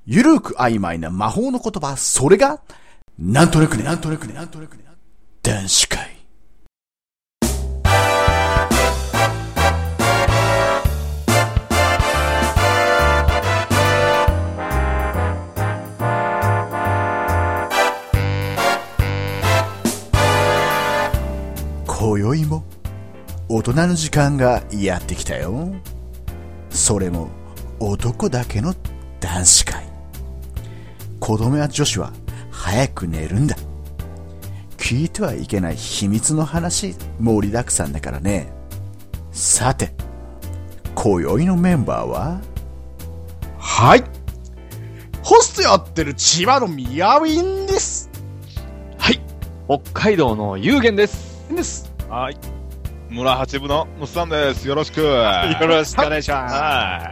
ゆるく曖昧な魔法の言葉、それが、なんとなくね、男子会。今宵も大人の時間がやってきたよ。それも男だけの男子会。子供や女子は早く寝るんだ。聞いてはいけない秘密の話盛りだくさんだからね。さて、今宵のメンバーは、 はい。ホストやってる千葉のミヤウィンです。 はい。北海道の有限です。 はい。村八部のムッサンです。よろしく。よろしくお願いします。 はい。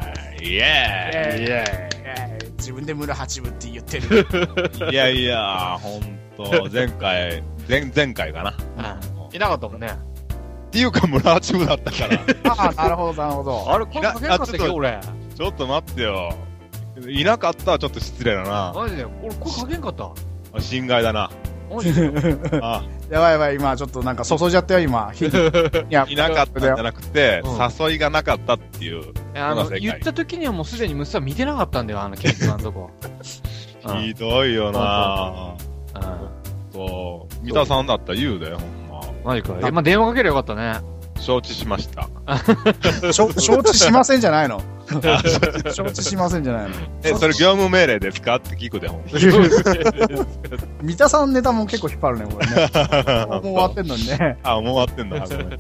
イエーイ。自分で村八部って言ってる。 いやいや、ほんと、前回かな。 いなかったもんね。 っていうか村八部だったから。 ああ、なるほど、なるほど。 あれ、声かけなかったっけ、俺。 ちょっと待ってよ。いなかったらちょっと失礼だな。 マジで俺声かけんかった。 心外だな。 マジであやばいやばい、今ちょっとなんか注いじゃったよ、今。 いなかったんじゃなくて、誘いがなかったっていう。 言った時にはもうすでにムッサン見てなかったんだよ、ケンツのとこ。 ひどいよな三田さんだったら言うだよ、ほんま。 マジか。電話かければよかったね。 承知しました。 承知しませんじゃないの。承知しませんじゃないの。 それ業務命令ですかって聞くで、ほんま。 三田さんネタも結構引っ張るね、これね。もう終わってんのにね。 あ、もう終わってんだ、はずね。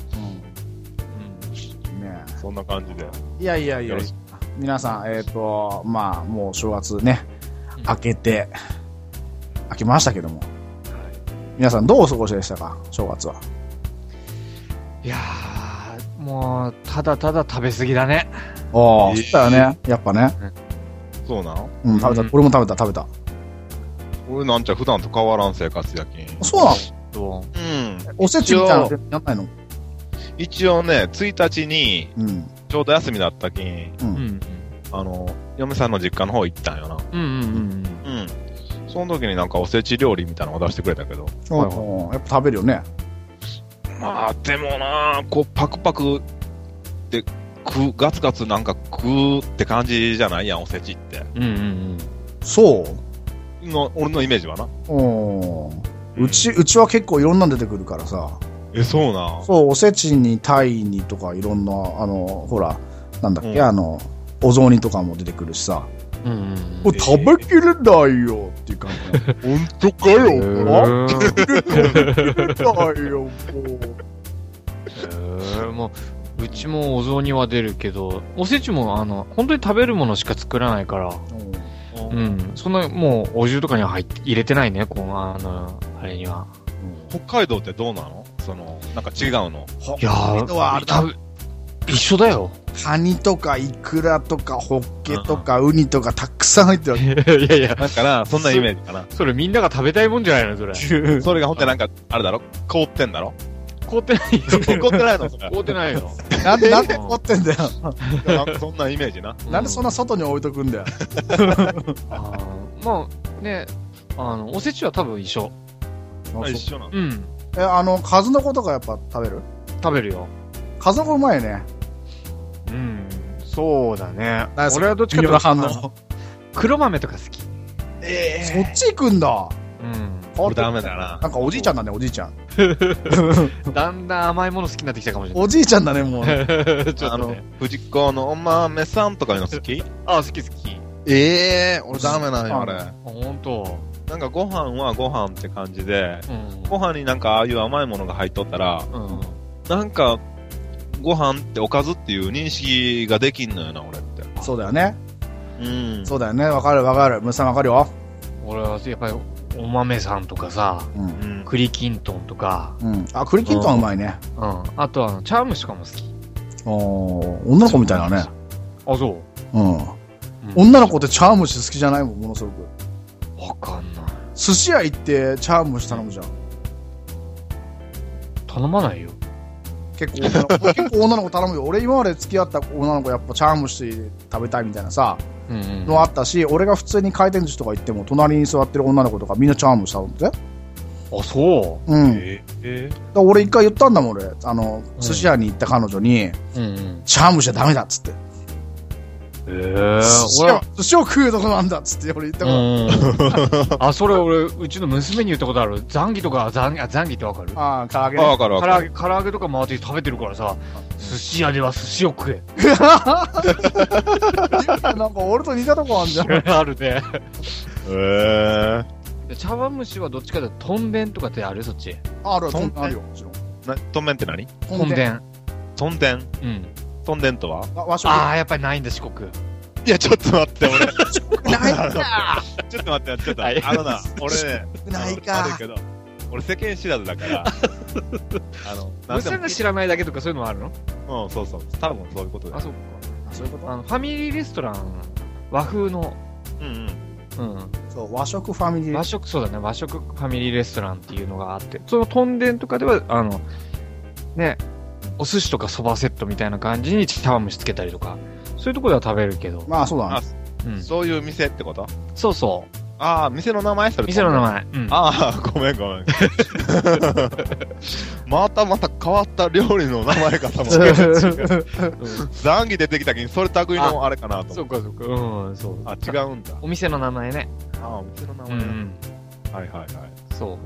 そんな感じで。 いや。皆さん、まあ、もう正月ね、明けましたけども。皆さんどうお過ごしでしたか、正月は。 いやー、もう、ただただ食べ過ぎだね。 ああ、そうだよね。やっぱね。 そうなの？ うん、食べた。俺も食べた。 俺なんちゃ普段と変わらん生活やきん。 そうなの？ うん。 おせちみたいなのやんないの？ 一応ね、1日に、ちょうど休みだったきん、嫁さんの実家の方行ったんよな。その時になんかおせち料理みたいなのを出してくれたけど。 やっぱ食べるよね。 まあ、でもなこう、パクパクってガツガツなんか食うって感じじゃないやん、おせちって。 そう俺のイメージはな。 うちは結構いろんなの出てくるからさ。 そうな。 そう、おせちにタイにとかいろんな、ほら、なんだっけ、お雑煮とかも出てくるしさ。食べきれないよっていう感じ。 本当かよ。 食べきれないよ、 もう、うちもお雑煮は出るけど、おせちも本当に食べるものしか作らないから、そんなもうお重とかには入れてないね、あれには。 北海道ってどうなの？なんか違うの？ いやー、一緒だよ。 カニとかイクラとかホッケとかウニとかたくさん入ってるわけ。いや。 なんかな、そんなイメージかな。 それみんなが食べたいもんじゃないのそれ。 それがほんとなんか、あれだろ？凍ってんだろ？ 凍ってないよ。 凍ってないの？ 凍ってないよ。 なんで凍ってんだよ。 なんかそんなイメージな。 なんでそんな外に置いとくんだよ。 まあね、おせちは多分一緒。 一緒なの？ 数の子とかやっぱ食べる？ 食べるよ。 数の子うまいね。 そうだね。俺はどっちかというと黒豆とか好き。 そっち行くんだ。 俺ダメだな。 なんかおじいちゃんだね、おじいちゃん。 だんだん甘いもの好きになってきたかもしれない。 おじいちゃんだね、もう。 ちょっとね。藤子のお豆さんとかいうの好き？ 好き。 俺ダメなんよ、あれ。 ほんと。 なんかご飯はご飯って感じで、ご飯になんかああいう甘いものが入っとったら、なんか、ご飯っておかずっていう認識ができんのよな、俺って。 そうだよね。そうだよね。わかる。ムーさんわかるよ。 俺はやっぱりお豆さんとかさ、栗きんとんとか。 栗きんとんはうまいね。 あと茶碗蒸しとかも好き。 女の子みたいなね。 そう。 女の子って茶碗蒸し好きじゃないもん、ものすごく。 わかんない。 寿司屋行って茶碗蒸し頼むじゃん。 頼まないよ。 結構女の子頼むよ。俺今まで付き合った女の子やっぱ茶碗蒸し食べたいみたいなさ、 のあったし、俺が普通に回転寿司とか行っても、隣に座ってる女の子とかみんなチャームしたんだぜ。 あ、そう。 うん。だから俺一回言ったんだもん、俺。寿司屋に行った彼女に、チャームしちゃダメだっつって。寿司を食うとこなんだっつって俺言ったから。 あ、それ俺、うちの娘に言ったことある。ザンギとか、ザンギってわかる？ ああ、唐揚げね。 わかるわかる。 唐揚げとか回って食べてるからさ、寿司屋では寿司を食え。 なんか俺と似たとこあんじゃん。 あるね。茶碗蒸しはどっちかというと、とんでんとかってある？そっち。 あるよ、もちろん。 とんべんって何？ とんでん。 とんでん？うん。とんでんとは？ 和食。 ああ、やっぱりないんだ、四国。 いや、ちょっと待って、俺。 ないか。 ちょっと待って、ちょっと。俺ね、 ないか。 あるけど、俺世間知らずだから。 娘が知らないだけとかそういうのもあるの？ うん、そうそう。多分そういうことだ。 あ、そうか。そういうこと？ファミリーレストラン、和風の。 そう、和食ファミリー。 和食、そうだね。和食ファミリーレストランっていうのがあって、そのとんでんとかでは、ね、お寿司とかそばセットみたいな感じに茶碗蒸しつけたりとか、そういうところでは食べるけど。 まあ、そうだね。そういう店ってこと？ そうそう。 ああ、店の名前？それ店の名前。 ああ、ごめん。また変わった料理の名前かと思って。ザンギ出てきた時にそれ類のあれかなと。 そうか。そう。 あ、違うんだ。 お店の名前ね。 ああ、お店の名前ね。はい。 そう。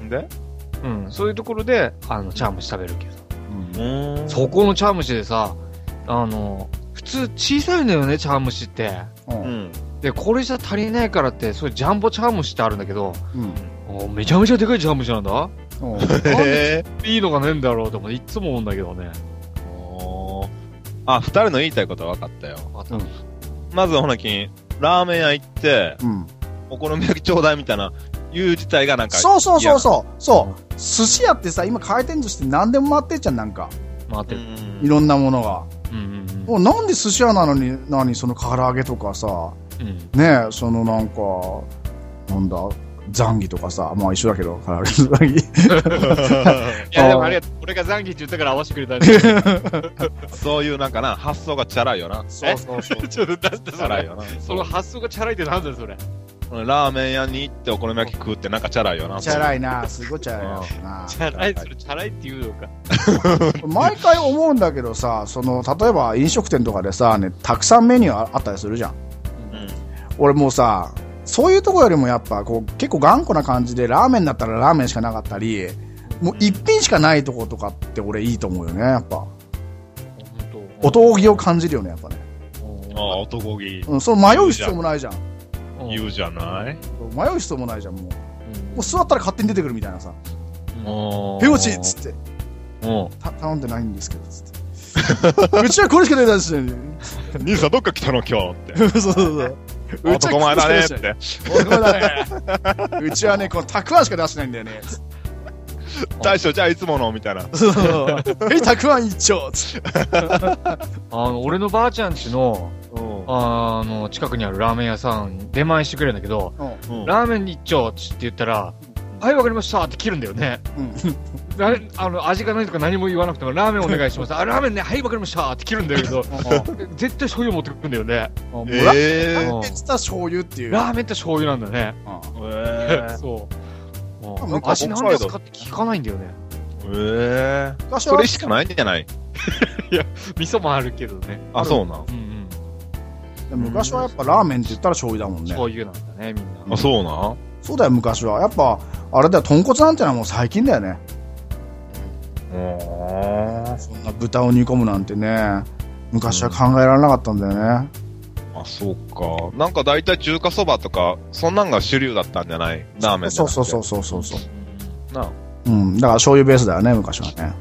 んで？ そういうところで、茶碗蒸し食べるけど。そこの茶碗蒸しでさ、普通小さいんだよね、茶碗蒸しって。で、これじゃ足りないからって、そういうジャンボ茶碗蒸しってあるんだけど、めちゃめちゃでかい茶碗蒸しなんだ。いいのがねえんだろうと思って、いつも思うんだけどね。 あ、二人の言いたいことは分かったよ。まず、ほなきん、ラーメン屋行って、お好み焼きちょうだいみたいな、言う自体がなんか。 そう。寿司屋ってさ、今回転寿司って何でも回ってんじゃん、なんか。 回ってる。 いろんなものが。もうなんで寿司屋なのに、その唐揚げとかさ、ねえ、そのなんか、なんだ、ザンギとかさ、まあ一緒だけど、唐揚げザンギ。いや、でもありがとう。俺がザンギって言ったから合わせてくれたんそういうなんかな、発想がチャラいよな。 そう。 ちょっとなんだチャラいよな。 その発想がチャラいってなんだよ、それ。 ラーメン屋に行ってお好み焼き食うってなんかチャラいよな。 チャラいな、すごいチャラいよな。 チャラい、それチャラいって言うのか。 毎回思うんだけどさ、例えば飲食店とかでさ、たくさんメニューあったりするじゃん。俺もうさ、そういうとこよりもやっぱこう結構頑固な感じでラーメンだったらラーメンしかなかったり、もう一品しかないとことかって俺いいと思うよね、やっぱ。男気を感じるよね、やっぱね。 ああ、男気。 そう迷う必要もないじゃん。 言うじゃない？ 迷う必要もないじゃん、もう座ったら勝手に出てくるみたいなさ。ペオチっつって。頼んでないんですけど、つって。うちはこれしか出ないしね。 兄さんどっか来たの今日って。 そう。 男前だねって。 男前だね。うちはね、このたくあんしか出してないんだよね。 大将、じゃあいつものみたいな。 そう。へい、たくあん一丁つって。 俺のばあちゃんちの、近くにあるラーメン屋さん、出前してくれるんだけど、ラーメン一丁って言ったら、はい、わかりましたって切るんだよね。味がないとか何も言わなくても、ラーメンお願いします。ラーメンね、はい、わかりましたって切るんだけど、絶対醤油持ってくるんだよね。 ラーメンって醤油っていう。 ラーメンって醤油なんだね。そう。味なんですかって聞かないんだよね。 それしかないんじゃない？ いや、味噌もあるけどね。 あ、そうなん。 昔はやっぱラーメンって言ったら醤油だもんね。 醤油なんだね、みんな。 あ、そうなん。 そうだよ、昔は。やっぱ、あれだよ、豚骨なんてのはもう最近だよね。そんな豚を煮込むなんてね、昔は考えられなかったんだよね。 あ、そうか。なんか大体中華そばとか、そんなんが主流だったんじゃない？ラーメンで。そう。 だから醤油ベースだよね、昔はね。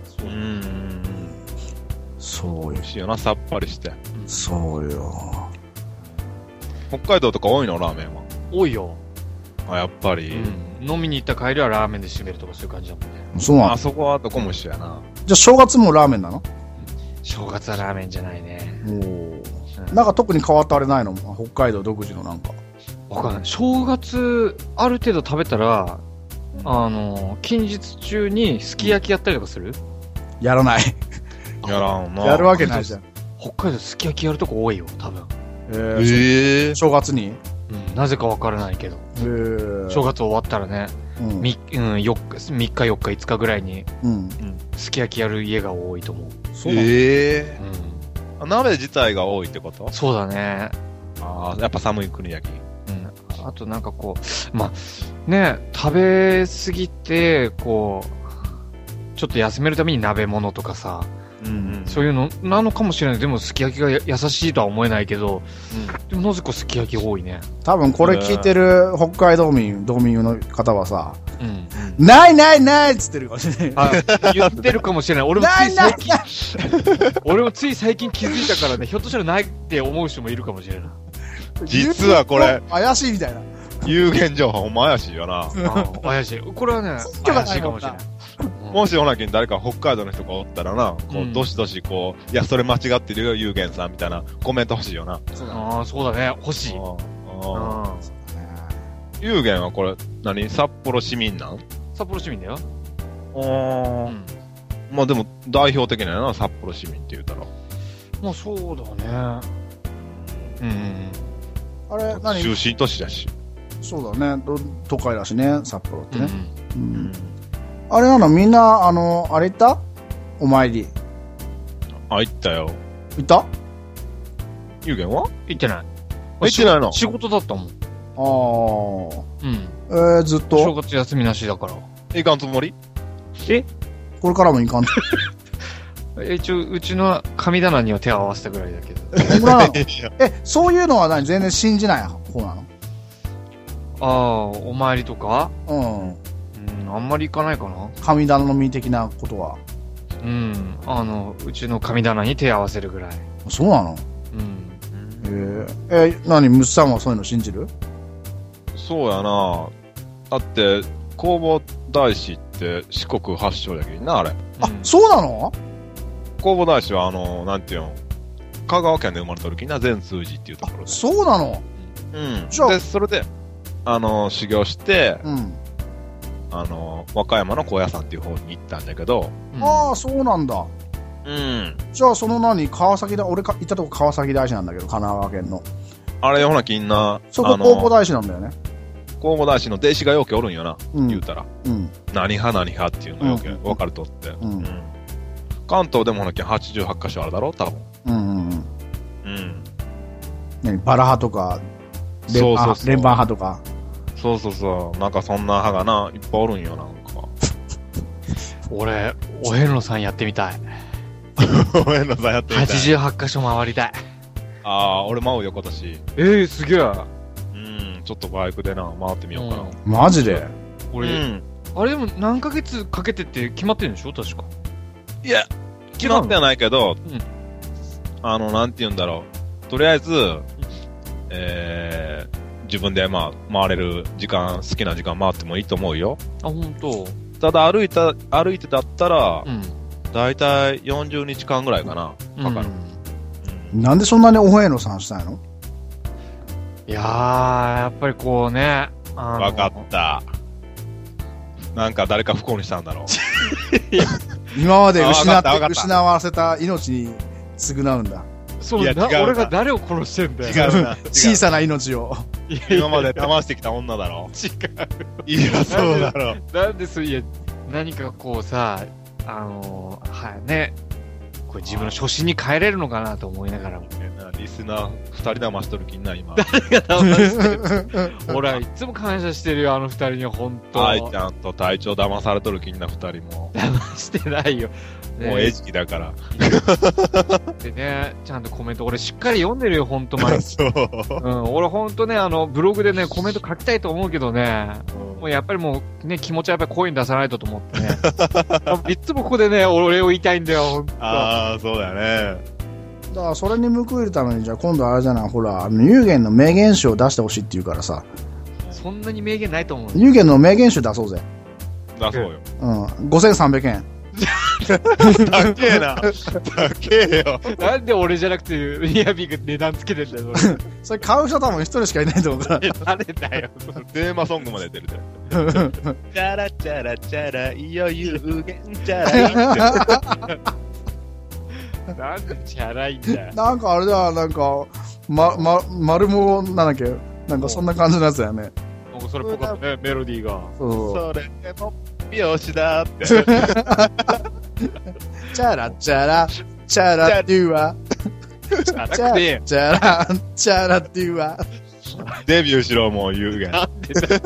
そうよ。 美味しいよな、さっぱりして。 そうよ。 北海道とか多いの、ラーメンは。 多いよ。 あ、やっぱり。 飲みに行った帰りはラーメンで締めるとかそういう感じだもんね。 そうなの？ あそこはどこも一緒やな。 じゃあ正月もラーメンなの？ 正月はラーメンじゃないね。 なんか特に変わったあれないの？北海道独自のなんか。 わかんない。正月、ある程度食べたら、近日中にすき焼きやったりとかする？ やらない。 やらんな。 やるわけないじゃん。 北海道すき焼きやるとこ多いよ、多分。 正月になぜかわからないけど。正月終わったらね、3日4日5日ぐらいに、すき焼きやる家が多いと思う。 鍋自体が多いってこと？ そうだね。 やっぱ寒い国やき。 あとなんかこう、まあ、ね、食べ過ぎて、こう、ちょっと休めるために鍋物とかさ、そういうのなのかもしれない。でもすき焼きが優しいとは思えないけど、でもなぜかすき焼き多いね。 多分これ聞いてる北海道民の方はさ、ないないないっつってるかもしれない。 言ってるかもしれない。俺もつい最近気づいたからね、ひょっとしたらないって思う人もいるかもしれない。 実はこれ、 怪しいみたいな。 有限情報、お前怪しいよな。 怪しい。これはね、怪しいかもしれない。 もしおなきに誰か北海道の人がおったらな、こう、どしどしこう、いや、それ間違ってるよ、有限さんみたいなコメント欲しいよな。 そうだね、欲しい。 有限はこれ、札幌市民なん？ 札幌市民だよ。 まあでも、代表的なよな、札幌市民って言うたら。 まあそうだね。 あれ、 中心都市だし。 そうだね、都会だしね、札幌ってね。あれなの、みんな、あれ行った？お参り。 行ったよ。 行った？ 有限は？ 行ってない。 行ってないの？ 仕事だったもん。 ずっと正月休みなしだから。 行かんつもり？ これからも行かんと。 一応、うちの神棚には手を合わせたぐらいだけど。 そういうのは全然信じない方なの？ お参りとか？あんまり行かないかな。 神頼み的なことは。 うちの神棚に手を合わせるぐらい。 そうなの？むっさんはそういうの信じる？ そうやな。だって、弘法大師って四国発祥やけんな、あれ。 そうなの？ 弘法大師はなんていうの、香川県で生まれた時な、善通寺っていうところで。 そうなの？ で、それで、修行して、和歌山の高野山っていう方に行ったんだけど。 そうなんだ。じゃあ、川崎だ、俺行ったとこ川崎大師なんだけど、神奈川県の。あれ、 ほなきんな。 そこ、弘法大師なんだよね。 弘法大師の弟子がよくおるんよな、言うたら。何派っていうのよく分かるとって。関東でもほなきん88カ所あるだろ、多分。 バラ派とか、連番派とか。 そう。なんかそんな派がな、いっぱいおるんよ、なんか。 俺、お遍路さんやってみたい。 お遍路さんやってみたい。 88カ所回りたい。 俺舞うよ、今年。 すげえ。 ちょっとバイクでな、回ってみようかな。 マジで？ 俺、あれでも何ヶ月かけてって決まってるんでしょ確か。 いや、決まってはないけど、なんて言うんだろう。とりあえず、自分で回れる時間、好きな時間回ってもいいと思うよ。 本当。 ただ歩いてだったら、だいたい40日間ぐらいかな、かかる。 なんでそんなにお遍路さんしたいの？ いやー、やっぱりこうね、 わかった。なんか誰か不幸にしたんだろう。 今まで失わせた命に償うんだ。 そうだ、俺が誰を殺してんだよ。 違うな。 小さな命を。 今まで騙してきた女だろ。 違う。 いや、そうだろ。 なんでいや、何かこうさ、ね、これ自分の初心に帰れるのかなと思いながらも。 リスナー2人騙しとる気にな、今。 誰が騙してる？俺はいつも感謝してるよ、2人には、ほんと。 愛ちゃんと隊長騙されとる気にな、2人も。 騙してないよ。 もう餌食だから。 でね、ちゃんとコメント、俺しっかり読んでるよ、ほんと、毎日。 そう。 俺ほんとね、ブログでね、コメント書きたいと思うけどね、もうやっぱりもうね、気持ちはやっぱり声に出さないとと思ってね。いつもここでね、俺を言いたいんだよ、ほんと。 そうだよね。 だからそれに報いるために、じゃあ今度あれじゃない、ほら、有限の名言集を出してほしいって言うからさ。 そんなに名言ないと思う。 有限の名言集出そうぜ。 出そうよ。 5300円。 高えな。高えよ。 なんで俺じゃなくて、リアビーが値段つけてんだよ、 それ買う人多分一人しかいないと思うから。 誰だよ。 テーマソングまで出るで。チャラチャラチャラ、いよ有限チャラいって。 なんでチャラいんだよ。 なんかあれだ、なんか、 丸も、なんだっけ、なんかそんな感じのやつだよね。 なんかそれっぽかったね、メロディーが。 それも拍子だって。 チャラチャラ、チャラデュア。チャラチャラデュア。 デビューしろ、もう言うが。 なんでだ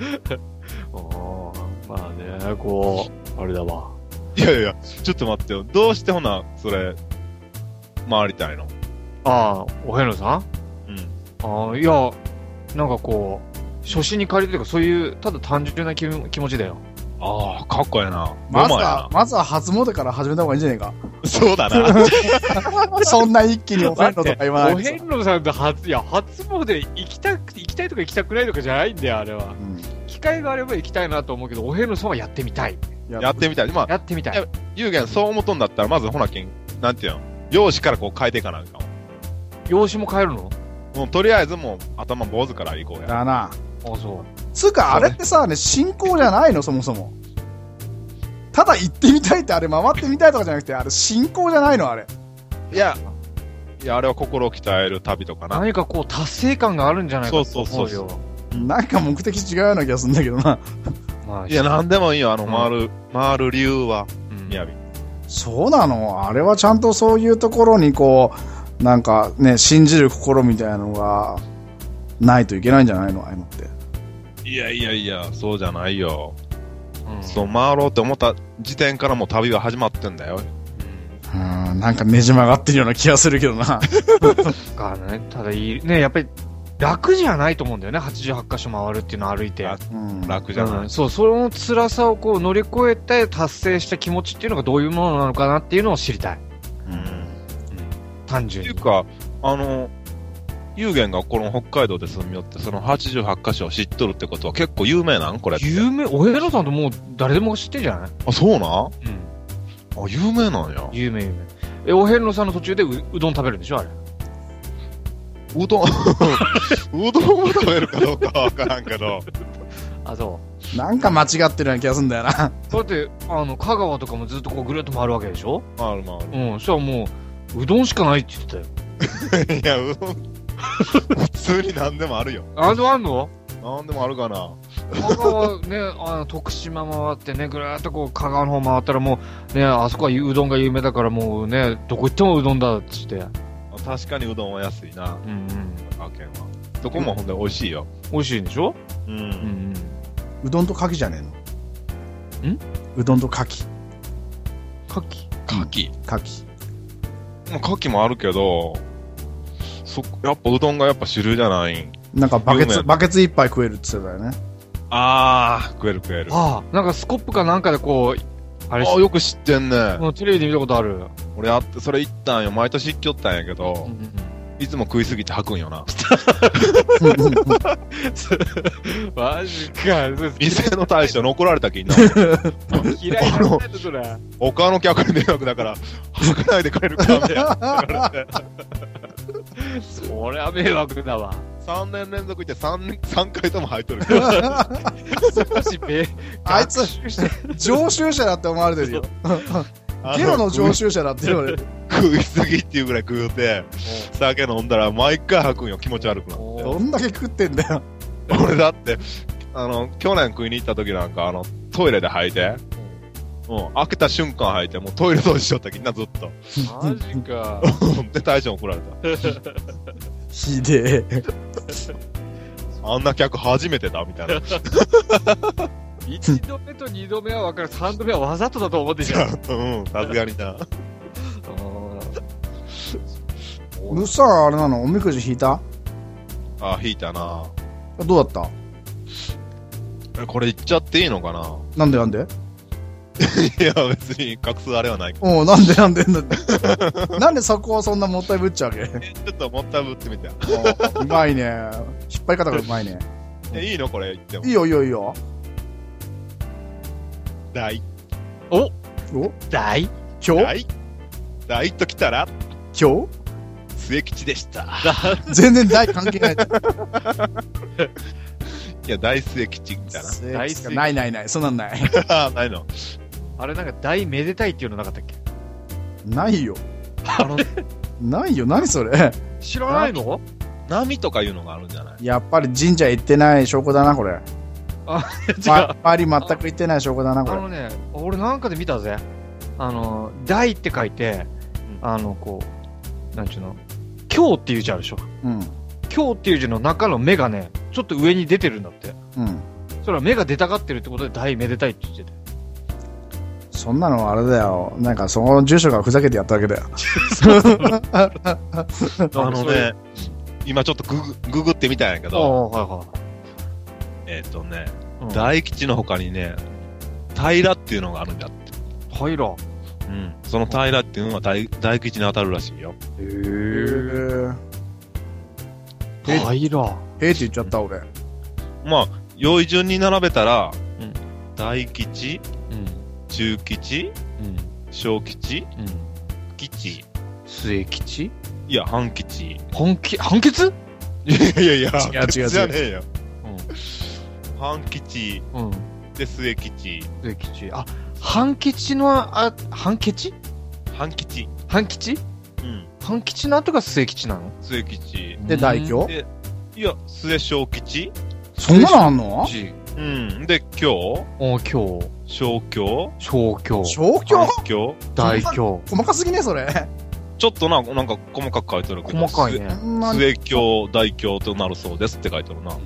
まあね、こう、あれだわ。 いやいや、ちょっと待ってよ。どうしてほな、それ、回りたいの？ ああ、お遍路さん？ うん。 ああ、いや、なんかこう、初心に借りるというか、そういう、ただ単純な気持ちだよ。 ああ、かっこええな。 まずは初詣から始めた方がいいんじゃねえか。 そうだな。 そんな一気にお遍路とか言わないお遍路さんと初詣行きたいとか行きたくないとかじゃないんだよ、あれは。機会があれば行きたいなと思うけど、お遍路さんはやってみたい。 やってみたい。まあ、 やってみたい。 ゆうげん、そう思っとんだったら、まずほなけん、なんていうの、容姿からこう変えていかなんかも。 容姿も変えるの？ もうとりあえずもう頭坊主から行こうや。 だな。 あ、そう。 つうか、あれってさ、信仰じゃないの、そもそも。ただ行ってみたいって、あれ回ってみたいとかじゃなくて、あれ信仰じゃないの、あれ。 いや、あれは心を鍛える旅とかな。 何かこう、達成感があるんじゃないかと思うよ。 そうなんか目的違うような気がするんだけどな。 いや、なんでもいいよ、回る理由は、みやび。 そうなの？あれはちゃんとそういうところにこう、なんかね、信じる心みたいなのが、ないといけないんじゃないの？ああいうのって。 いや、そうじゃないよ。そう、回ろうって思った時点からもう旅は始まってんだよ。 なんかねじ曲がってるような気がするけどな。 ただね、やっぱり楽じゃないと思うんだよね。88カ所回るっていうのを歩いて。 楽じゃない。 そう、その辛さをこう乗り越えて達成した気持ちっていうのがどういうものなのかなっていうのを知りたい。単純に。 っていうか、ゆうげんがこの北海道で住みよって、その88カ所を知っとるってことは結構有名なんこれって。 お遍路さんともう誰でも知ってんじゃない？ あ、そうなん？有名なんや。 有名。お遍路さんの途中でうどん食べるんでしょ、あれ。 うどんを食べるかどうかわからんけど。 あ、そう。 なんか間違ってるような気がするんだよな。だって、香川とかもずっとこうぐるっと回るわけでしょ？ 回る。 そしたらもう、うどんしかないって言ってたよ。いや、うどん、普通に何でもあるよ。 あんの？ 何でもあるかな。 香川ね、徳島回ってね、ぐるーっとこう、香川の方回ったらもう、ね、あそこはうどんが有名だからもうね、どこ行ってもうどんだって言って。 確かにうどんは安いな。香川県は。どこもほんで美味しいよ。 美味しいんでしょ？ うどんと牡蠣じゃねえの？うどんと牡蠣。 牡蠣牡蠣もあるけど、やっぱうどんがやっぱ主流じゃない。 なんかバケツ一杯食えるって言ってたよね。 食える。 なんかスコップかなんかでこう、 あれよく知ってんね。 もうテレビで見たことある。 俺それ行ったんよ。毎年行っきょったんやけど、いつも食いすぎて吐くんよな。 マジか。 店の大将に怒られたきんな。 嫌いなやつそれ。 他の客に迷惑だから、吐かないで帰るか、みたいな。 そりゃ迷惑だわ。 3年連続行って3回とも入っとる。 少しあいつ、常習者だって思われてるよ。ゲロの常習者だって言われる。 食いすぎっていうぐらい食うて、酒飲んだら毎回吐くんよ、気持ち悪くなって。 どんだけ食ってんだよ。 俺だって、去年食いに行った時なんか、トイレで吐いて、開けた瞬間吐いて、もうトイレ通ししよったきんな、ずっと。 マジか。 で、大将に怒られた。 ひでえ。 あんな客初めてだ、みたいな。 1度目と2度目は分かる。3度目はわざとだと思ってんじゃん。 さすがにな。 うっさらあれなの？おみくじ引いた？ 引いたな。 どうだった？ これ言っちゃっていいのかな？ なんでいや、別に隠すあれはないけど。なんでなんでそこをそんなもったいぶっちゃうわけ？ ちょっともったいぶってみて。 うまいね。引っ張り方がうまいね。 いいのこれ言っても。 いいよ。 大。 大と来たら今日末吉でした。 全然大関係ない。 いや、大末吉みたいな。 大末ない。そんなんない。 ないの？ あれなんか大めでたいっていうのなかったっけ？ ないよ。ないよ。何それ？ 知らないの？ 波とかいうのがあるんじゃない？ やっぱり神社行ってない証拠だな、これ。 あ、違う。 周り全く行ってない証拠だな、これ。 俺なんかで見たぜ。大って書いて、こう、なんちゅうの、今日っていう字あるでしょ。 うん。 今日っていう字の中の目がね、ちょっと上に出てるんだって。 うん。 それは目が出たがってるってことで大めでたいって言ってて。 そんなのあれだよ。なんかその住所がふざけてやったわけだよ。 今ちょっとググってみたんやけど、 はいはい、 大吉の他にね、平っていうのがあるんだって。 平？ うん。その平っていうのは大吉に当たるらしいよ。 へぇ平。 って言っちゃった、俺。 まあ、良い順に並べたら、大吉、中吉、小吉、吉、 末吉？ いや、半吉。 半吉？ いや。 違う。 じゃねえよ。半吉、で、末吉。 末吉。あ、半吉の、半吉？ 半吉。 半吉？うん。半吉の後が末吉なの？ 末吉。 で、大凶？ いや、末小吉？ そんなのあんの？ うん。で、今日？ 今日。 小凶？ 小凶？ 大凶？ 細かすぎね、それ。 ちょっとなんか細かく書いてるけど。 細かいね。 末凶、大凶となるそうですって書いてるな。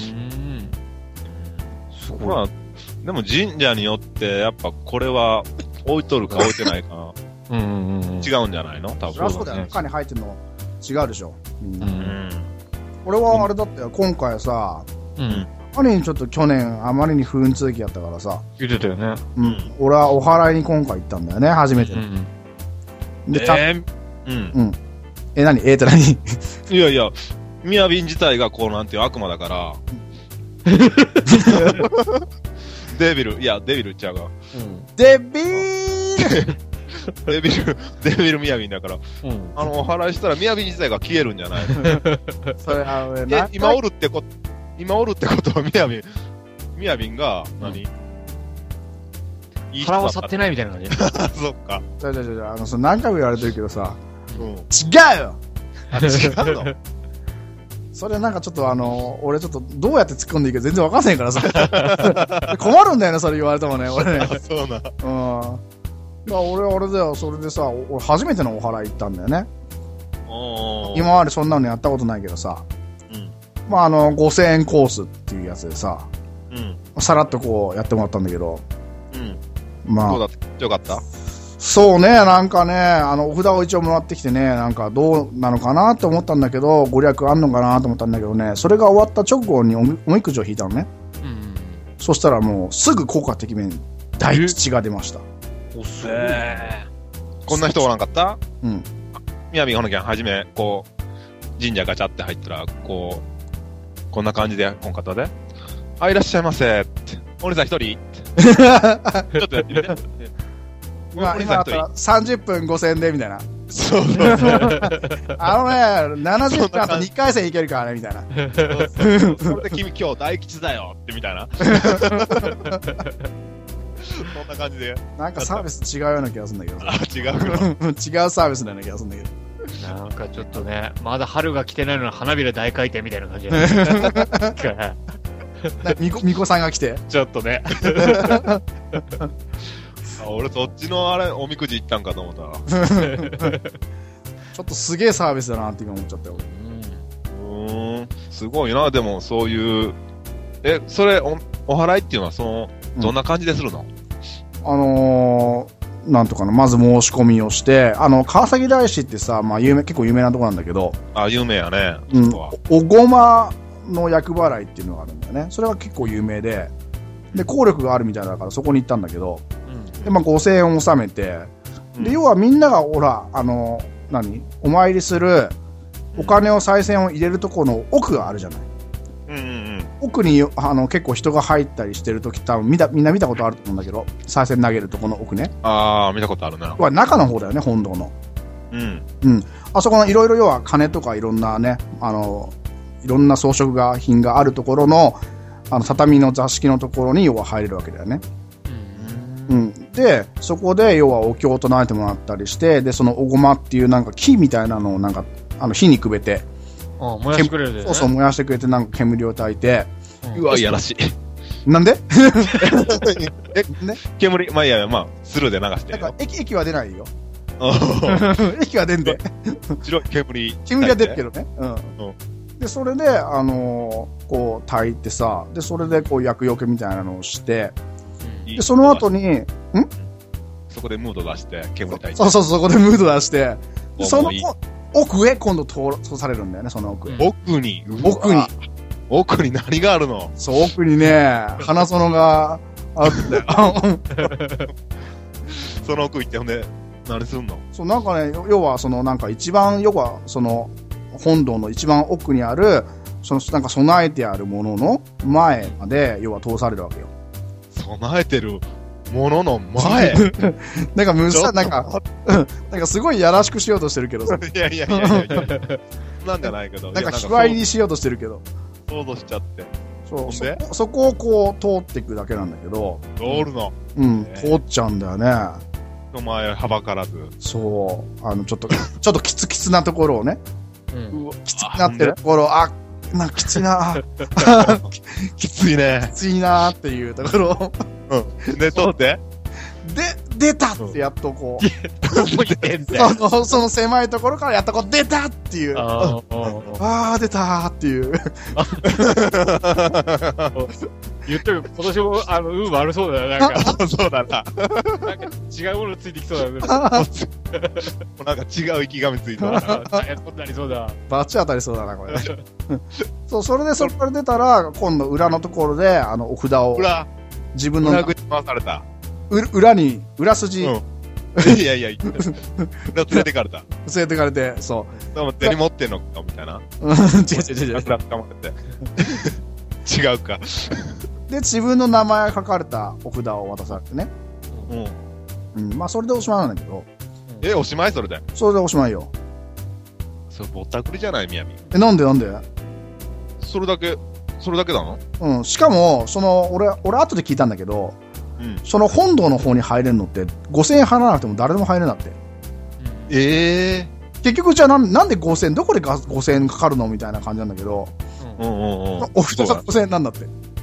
すごい。 まあ、でも神社によって、やっぱこれは置いとるか置いてないか違うんじゃないの？多分。 そうだよ。中に入ってるの違うでしょ。俺はあれだったよ、今回さ、兄にちょっと去年あまりに不運続きやったからさ。 言ってたよね。 俺はお祓いに今回行ったんだよね、初めて。で、何って何？ いや、みやびん自体がこうなんていう悪魔だから。デビルちゃうが。 デビーデビルみやびんだから。お祓いしたらみやびん自体が消えるんじゃない？ それ今おるってことはみやびんが、 腹は去ってないみたいな感じ。 そっか。 何回も言われてるけどさ、違うよ！ 違うの？ それなんかちょっと俺ちょっとどうやって突っ込んでいいか全然わかんないからさ。困るんだよね、それ言われてもね、俺ね。 そうな。 俺あれだよ、それでさ、俺初めてのお祓い行ったんだよね。今までそんなのやったことないけどさ。まあ5000円コースっていうやつでさ、さらっとこうやってもらったんだけど。まあ。 どうだったよかった？ そうね、なんかね、お札を一応もらってきてね、なんかどうなのかなと思ったんだけど、ご利益あんのかなと思ったんだけどね、それが終わった直後におみくじを引いたのね。そしたらもうすぐ効果てきめん大吉が出ました。 こんな人おらんかった？みやびがほのきゃんはじめ、こう、神社ガチャって入ったら、こんな感じで、この方で、いらっしゃいませって、お兄さん一人って。ちょっとやってみて。 今だったら30分5000円でみたいな。 そう。 70分あと2回戦いけるからねみたいな。 それで君今日大吉だよってみたいな。そんな感じで。 なんかサービス違うような気がするんだけど。 違う違うサービスのような気がするんだけど。 なんかちょっとね、まだ春が来てないのに花びら大回転みたいな感じだね。 みこさんが来て。 ちょっとね。 俺そっちのおみくじ行ったんかと思ったら。 ちょっとすげえサービスだなって今思っちゃったよ。 すごいな、でもそういう。それ、お祓いっていうのはどんな感じでするの？ なんとかな、まず申し込みをして、川崎大師ってさ、まあ結構有名なとこなんだけど。 有名やね。 おごまの厄払いっていうのがあるんだよね。それは結構有名で、効力があるみたいだからそこに行ったんだけど、で、まあ5000円を納めて、で、要はみんなが、ほら、お参りする、お金を賽銭を入れるところの奥があるじゃない。奥に、結構人が入ったりしてるとき、多分みんな見たことあると思うんだけど、賽銭投げるとこの奥ね。 見たことあるな。 中の方だよね、本堂の。あそこのいろいろ要は金とかいろんなね、いろんな装飾品があるところの、畳の座敷のところに要は入れるわけだよね。で、そこで要はお経を唱えてもらったりして、で、そのおごまっていうなんか木みたいなのをなんか火にくべて。 燃やしてくれるで、ね。 そうそう、燃やしてくれて、なんか煙を焚いて。 うわ、いやらしい。 なんでね、煙、まあいや、まあ、スルーで流してなんか、液は出ないよ。 よ。 液は出んで。 白い煙。 煙は出るけどね。で、それで、こう、焚いてさ、で、それで、こう、薬よけみたいなのをして、で、その後に、 そこでムード出して、煙焚いて。 そう、そこでムード出して、その奥へ今度通されるんだよね、その奥へ。 奥に何があるの？ そう、奥にね、花園があるんだよ。 その奥行って、ほんで、何すんの？ そう、なんかね、要は、なんか一番、要は、本堂の一番奥にある、なんか備えてあるものの前まで、要は通されるわけよ。 備えてるものの前なんかなんかすごいやらしくしようとしてるけどさ。 いや。なんじゃないけど。 なんか卑猥にしようとしてるけど。 想像しちゃって。 そこをこう通っていくだけなんだけど。 通るの。 通っちゃうんだよね。 お前はばからず。 そう。ちょっとキツなところをね。きつくなってるところ、なんかきついなきついね。 きついなっていうところを。 で、通って出たってやっとこう。 どこに出んだよ。 その狭いところからやっとこう出たっていう。出たーっていう。 言っとく、今年も、運悪そうだよ、なんか。 そうだな。 なんか違うものついてきそうだよね。 なんか違う生き神ついたな。 大変そうになりそうだ。 バチ当たりそうだな、これ。そう、それでそこから出たら、今度裏のところで、お札を。自分の。 裏口回された。 裏筋。 いや。裏連れてかれた。 連れてかれて、そう。 手に持ってんのか、みたいな。 違う。 裏捕まって。違うか。 で、自分の名前が書かれたお札を渡されてね。まあ、それでおしまいなんだけど。 おしまいそれで。 それでおしまいよ。 それぼったくりじゃない、みやみ。 なんでそれだけなの？しかも、俺後で聞いたんだけど、その本堂の方に入れるのって、5000円払わなくても誰でも入れなくて。結局じゃあなんで5000円、どこで5000円かかるのみたいな感じなんだけど、お札が5000円なんだって。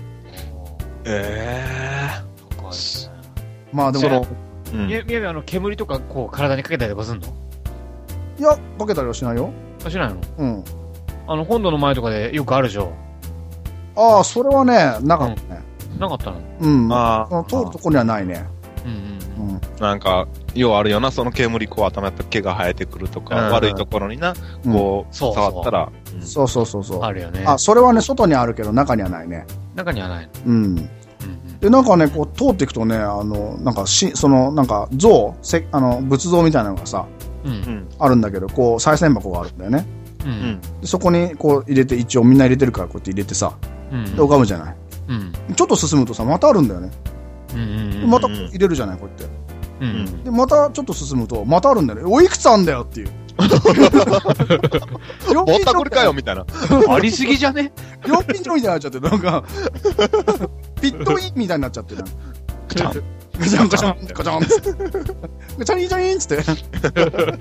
まあでも、 宮部煙とかこう体にかけたりとかすんの？ いや、かけたりはしないよ。 しないの？本堂の前とかでよくあるでしょ。 それはね、なかったね。 なかったの？ 通るとこにはないね。 なんか、ようあるよな、その煙こう頭やったら毛が生えてくるとか、悪いところにな、こう、触ったら。 そう。 あるよね。 それはね、外にあるけど中にはないね。 中にはないの？で、なんかね、こう通っていくとね、なんかなんか仏像みたいなのがさ、あるんだけど、こう、賽銭箱があるんだよね。でそこにこう入れて、一応みんな入れてるからこうやって入れてさ、で、拝むじゃない。ちょっと進むとさ、またあるんだよね。また入れるじゃない、こうやって。で、またちょっと進むと、またあるんだよね。いくつあんだよっていう。 ぼったくりかよみたいな。 ありすぎじゃね？ 料金所みたいになっちゃって、なんか、ピットインみたいになっちゃって、なんか。ガチャンガチャンガチャンって。チャリンチャリンつって。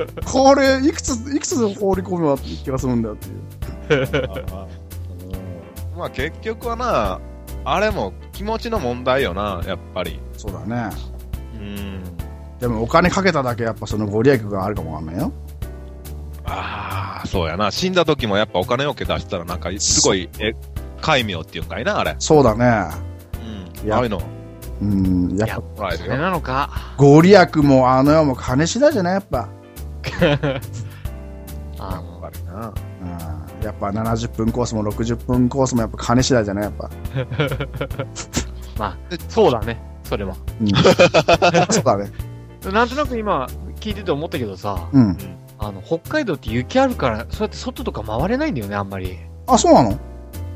これ、いくつ放り込めば気がするんだよっていう。 まあ結局はな、あれも気持ちの問題よな、やっぱり。 そうだね。でもお金かけただけやっぱそのご利益があるかもわかんないよ。 そうやな。死んだ時もやっぱお金をけ出したらなんかすごい、戒名っていうんかいな、あれ。 そうだね。 ああいうの。 やっぱ、それなのか。 ご利益も世も金次第じゃないやっぱ。 やっぱりな。 やっぱ70分コースも60分コースもやっぱ金次第じゃないやっぱ。 まあ、そうだね。それは。 そうだね。 なんとなく今、聞いてて思ったけどさ、北海道って雪あるから、そうやって外とか回れないんだよね、あんまり。 そうなの？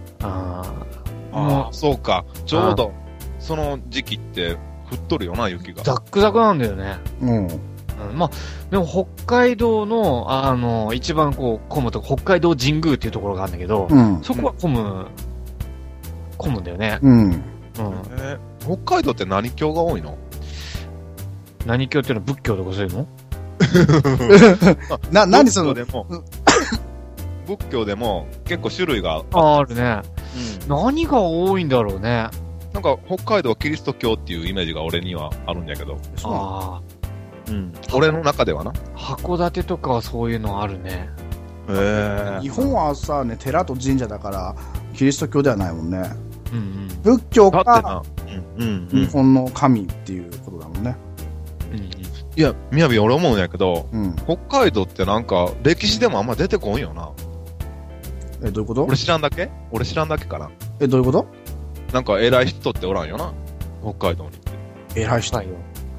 そうか。ちょうど、その時期って降っとるよな、雪が。 ザックザクなんだよね。まあ、でも北海道の、一番こう、混むとこ、北海道神宮っていうところがあるんだけど、そこは混むんだよね。 北海道って何教が多いの？ 何教っていうのは仏教とかそういうの？ 何その、 仏教でも結構種類があるね。何が多いんだろうね。 なんか北海道はキリスト教っていうイメージが俺にはあるんだけど。 ああ。俺の中ではな。 函館とかはそういうのあるね。 日本はさ、ね、寺と神社だから、キリスト教ではないもんね。仏教だが日本の神っていうことだもんね。 いや、みやび俺思うんやけど、北海道ってなんか歴史でもあんま出てこんよな。 どういうこと？ 俺知らんだけかな。 どういうこと？ なんか偉い人っておらんよな、北海道に。 偉い人？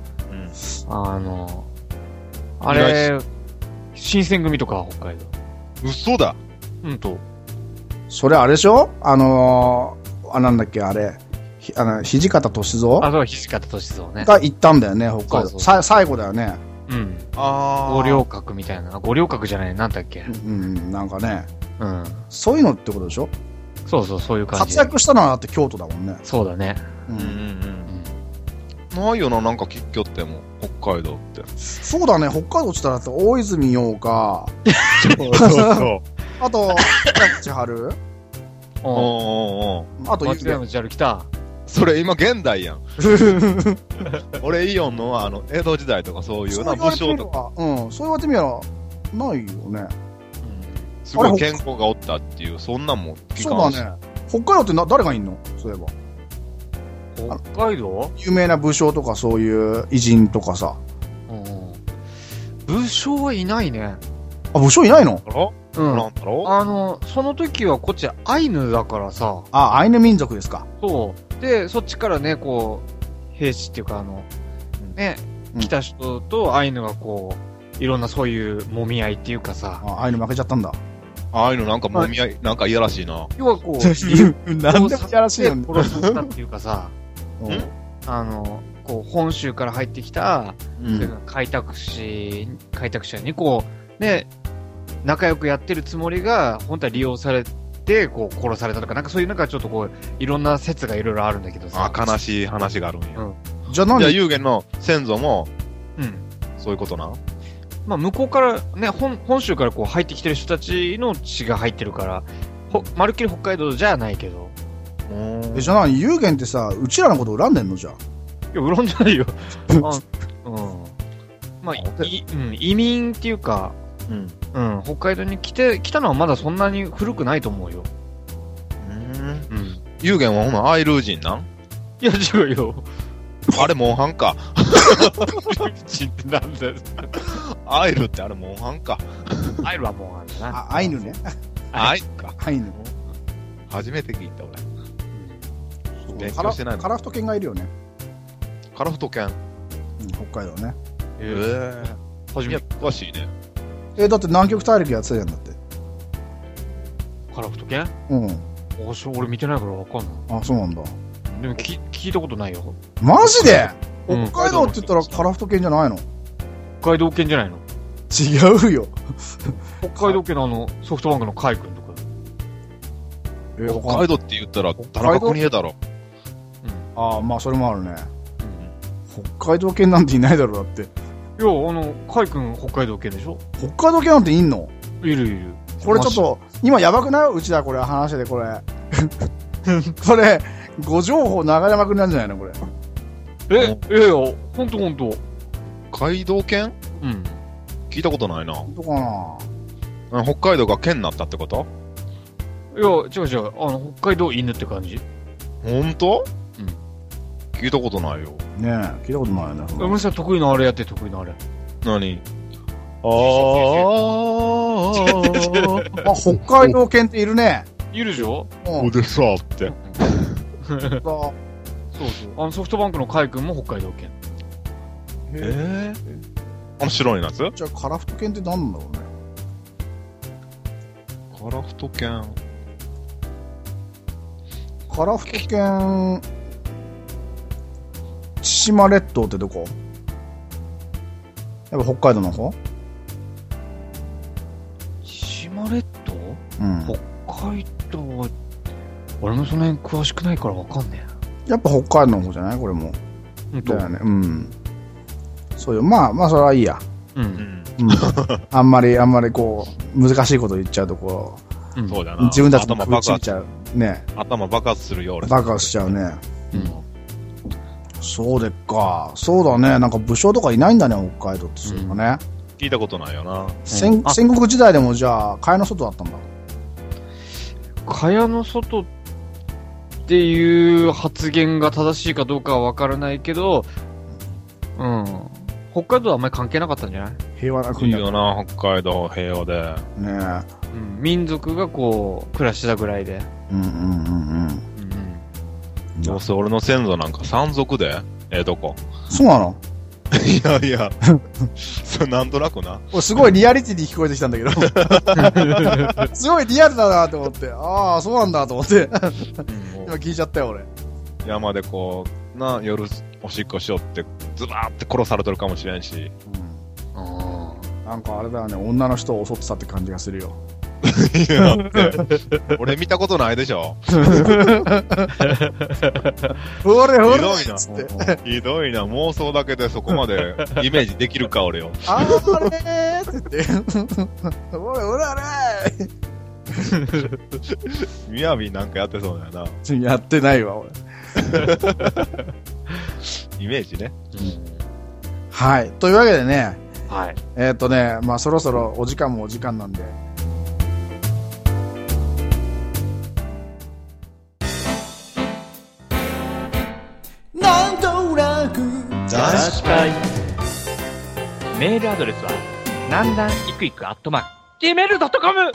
あれ、新選組とか北海道。 嘘だ。 それあれでしょ？なんだっけ、あれ。土方歳三？ そう、土方歳三ね。 が行ったんだよね、北海道。最後だよね。 五稜郭みたいな。五稜郭じゃない、なんだっけ。 なんかね。そういうのってことでしょ？ そう、そういう感じ。 活躍したのはだって京都だもんね。 そうだね。 ないよな、なんか吉居っても、北海道って。 そうだね、北海道って言ったら大泉洋か。あと、千春。 あと、松山千春来た。 それ今現代やん。俺イオンの江戸時代とかそういうな、武将とか。 そう言われてみたら、ないよね。 すごい健康がおったっていう、そんなんも聞かんし。 そうだね。北海道って誰がいんの？そういえば。 北海道？ 有名な武将とかそういう偉人とかさ。 武将はいないね。 武将いないの？ なんだろう？その時はこっちアイヌだからさ。 アイヌ民族ですか。 そう。で、そっちからね、こう、兵士っていうかね、来た人とアイヌがこう、いろんなそういう揉み合いっていうかさ。 アイヌ負けちゃったんだ。 アイヌなんか揉み合い、なんかいやらしいな。 要はこう、 なんでもいやらしいよね。 殺させたっていうかさ、こう、本州から入ってきた、開拓者にこう、ね、仲良くやってるつもりが、本当は利用されて、こう、殺されたとか、なんかそういうなんかちょっとこう、いろんな説がいろいろあるんだけどさ。 悲しい話があるんや。 じゃあ何？ じゃあ、幽玄の先祖も、そういうことな？ まあ、向こうからね、本州からこう入ってきてる人たちの血が入ってるから、まるっきり北海道じゃないけど。 じゃあ何？幽玄ってさ、うちらのこと恨んでんの？じゃあ。 いや、恨んでないよ。まあ、移民っていうか、北海道に来たのはまだそんなに古くないと思うよ。 幽玄はほな、アイル人なん？ いや、違うよ。 あれ、モンハンか。 人ってなんだよ。 アイルってあれ、モンハンか。 アイルはモンハンだな。 アイヌね。 アイか。 アイヌ。 初めて聞いた、俺。勉強してないの？ カラフト犬がいるよね。 カラフト犬？ 北海道ね。 初めて。 詳しいね。 だって南極大陸やってたじゃんだって。 カラフト犬？俺見てないからわかんない。 そうなんだ。 でも聞いたことないよ。 マジで？北海道って言ったらカラフト犬じゃないの？ 北海道犬じゃないの？ 違うよ。 北海道犬のソフトバンクのカイ君とか。 北海道って言ったら田中邦衛だろ。 まあそれもあるね。北海道犬なんていないだろだって。 いや、カイ君北海道犬でしょ？ 北海道犬なんていんの？ いる。 これちょっと、今やばくない？うちだこれ話でこれ。これ、ご情報流れまくりなんじゃないのこれ。 いや、ほんと。 海道犬？聞いたことないな。 本当かな？ 北海道が県になったってこと？ いや、違う。北海道犬って感じ。 ほんと？聞いたことないよ。 ねえ、聞いたことないよね。 お前さん得意なあれやって、得意なあれ。 何？ 北海道犬っているね。 いるでしょ？ そうでさって。 そう。ソフトバンクのカイ君も北海道犬。 白いやつ？ じゃあ、カラフト犬って何なんだろうね。 カラフト犬。 カラフト犬、千島列島ってどこ？やっぱ北海道の方？ 千島列島？北海道は、俺もその辺詳しくないからわかんねえ。やっぱ北海道の方じゃない？これも。だよね。そうよ。まあ、それはいいや。 あんまりこう、難しいこと言っちゃうとこそうだな。 う、自分たちも食いついちゃう。ね。 頭爆発するよ、俺。 爆発しちゃうね。そうでっか。そうだね。なんか武将とかいないんだね、北海道ってそういうのね。 聞いたことないよな。 戦国時代でもじゃあ、蚊帳の外だったんだ。 蚊帳の外っていう発言が正しいかどうかはわからないけど、北海道はあんまり関係なかったんじゃない？ 平和ない国いだった。 よな、北海道平和で。 ね民族がこう、暮らしてたぐらいで。 どうせ俺の先祖なんか山賊で、どこそうなの？ いやいや、それなんとなくな。 すごいリアリティに聞こえてきたんだけど。すごいリアルだなと思って。ああ、そうなんだと思って。今聞いちゃったよ、俺。 山でこう、夜おしっこしよって、ズバーって殺されてるかもしれんし。 なんかあれだよね、女の人を襲ってたって感じがするよ。 いや、だって俺見たことないでしょ。 ほれほれひどいなつって。 ひどいな。妄想だけでそこまでイメージできるか、俺よ。 あれーって言って。ほれほれあれみやびなんかやってそうだよな。 ーやってないわ、俺。 イメージね。 はい。というわけでね、 はい。 まあそろそろお時間もお時間なんで。 なんとなく確かに。メールアドレスは、なんだんいくいく@gmail.com。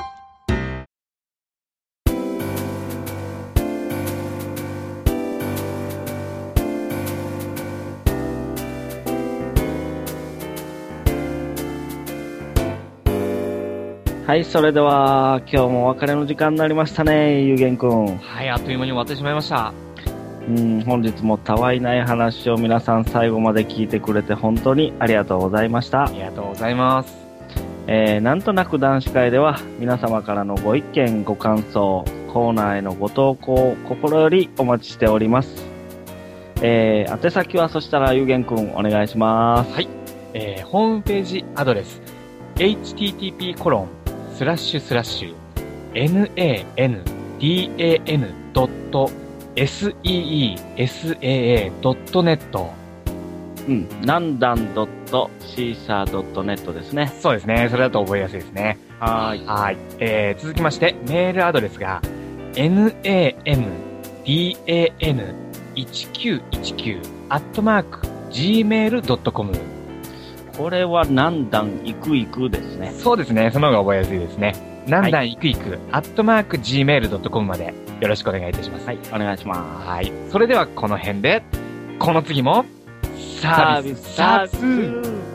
はい、それでは、今日もお別れの時間になりましたね、ゆうげんくん。 はい、あっという間に終わってしまいました。 本日もたわいない話を皆さん最後まで聞いてくれて本当にありがとうございました。 ありがとうございます。 なんとなく男子会では皆様からのご意見、ご感想、コーナーへのご投稿を心よりお待ちしております。宛先はそしたらゆうげんくんお願いします。 はい。ホームページアドレス、http://nandan.seesaa.net。 なんだん .caesar.net ですね。 そうですね。それだと覚えやすいですね。 はい。 はい。続きまして、メールアドレスが、nandan1919@gmail.com。 これはなんだんいくいくですね。 そうですね。その方が覚えやすいですね。なんだんいくいく@gmail.com までよろしくお願いいたします。 はい、お願いします。 はい。それではこの辺で、この次も、サービス。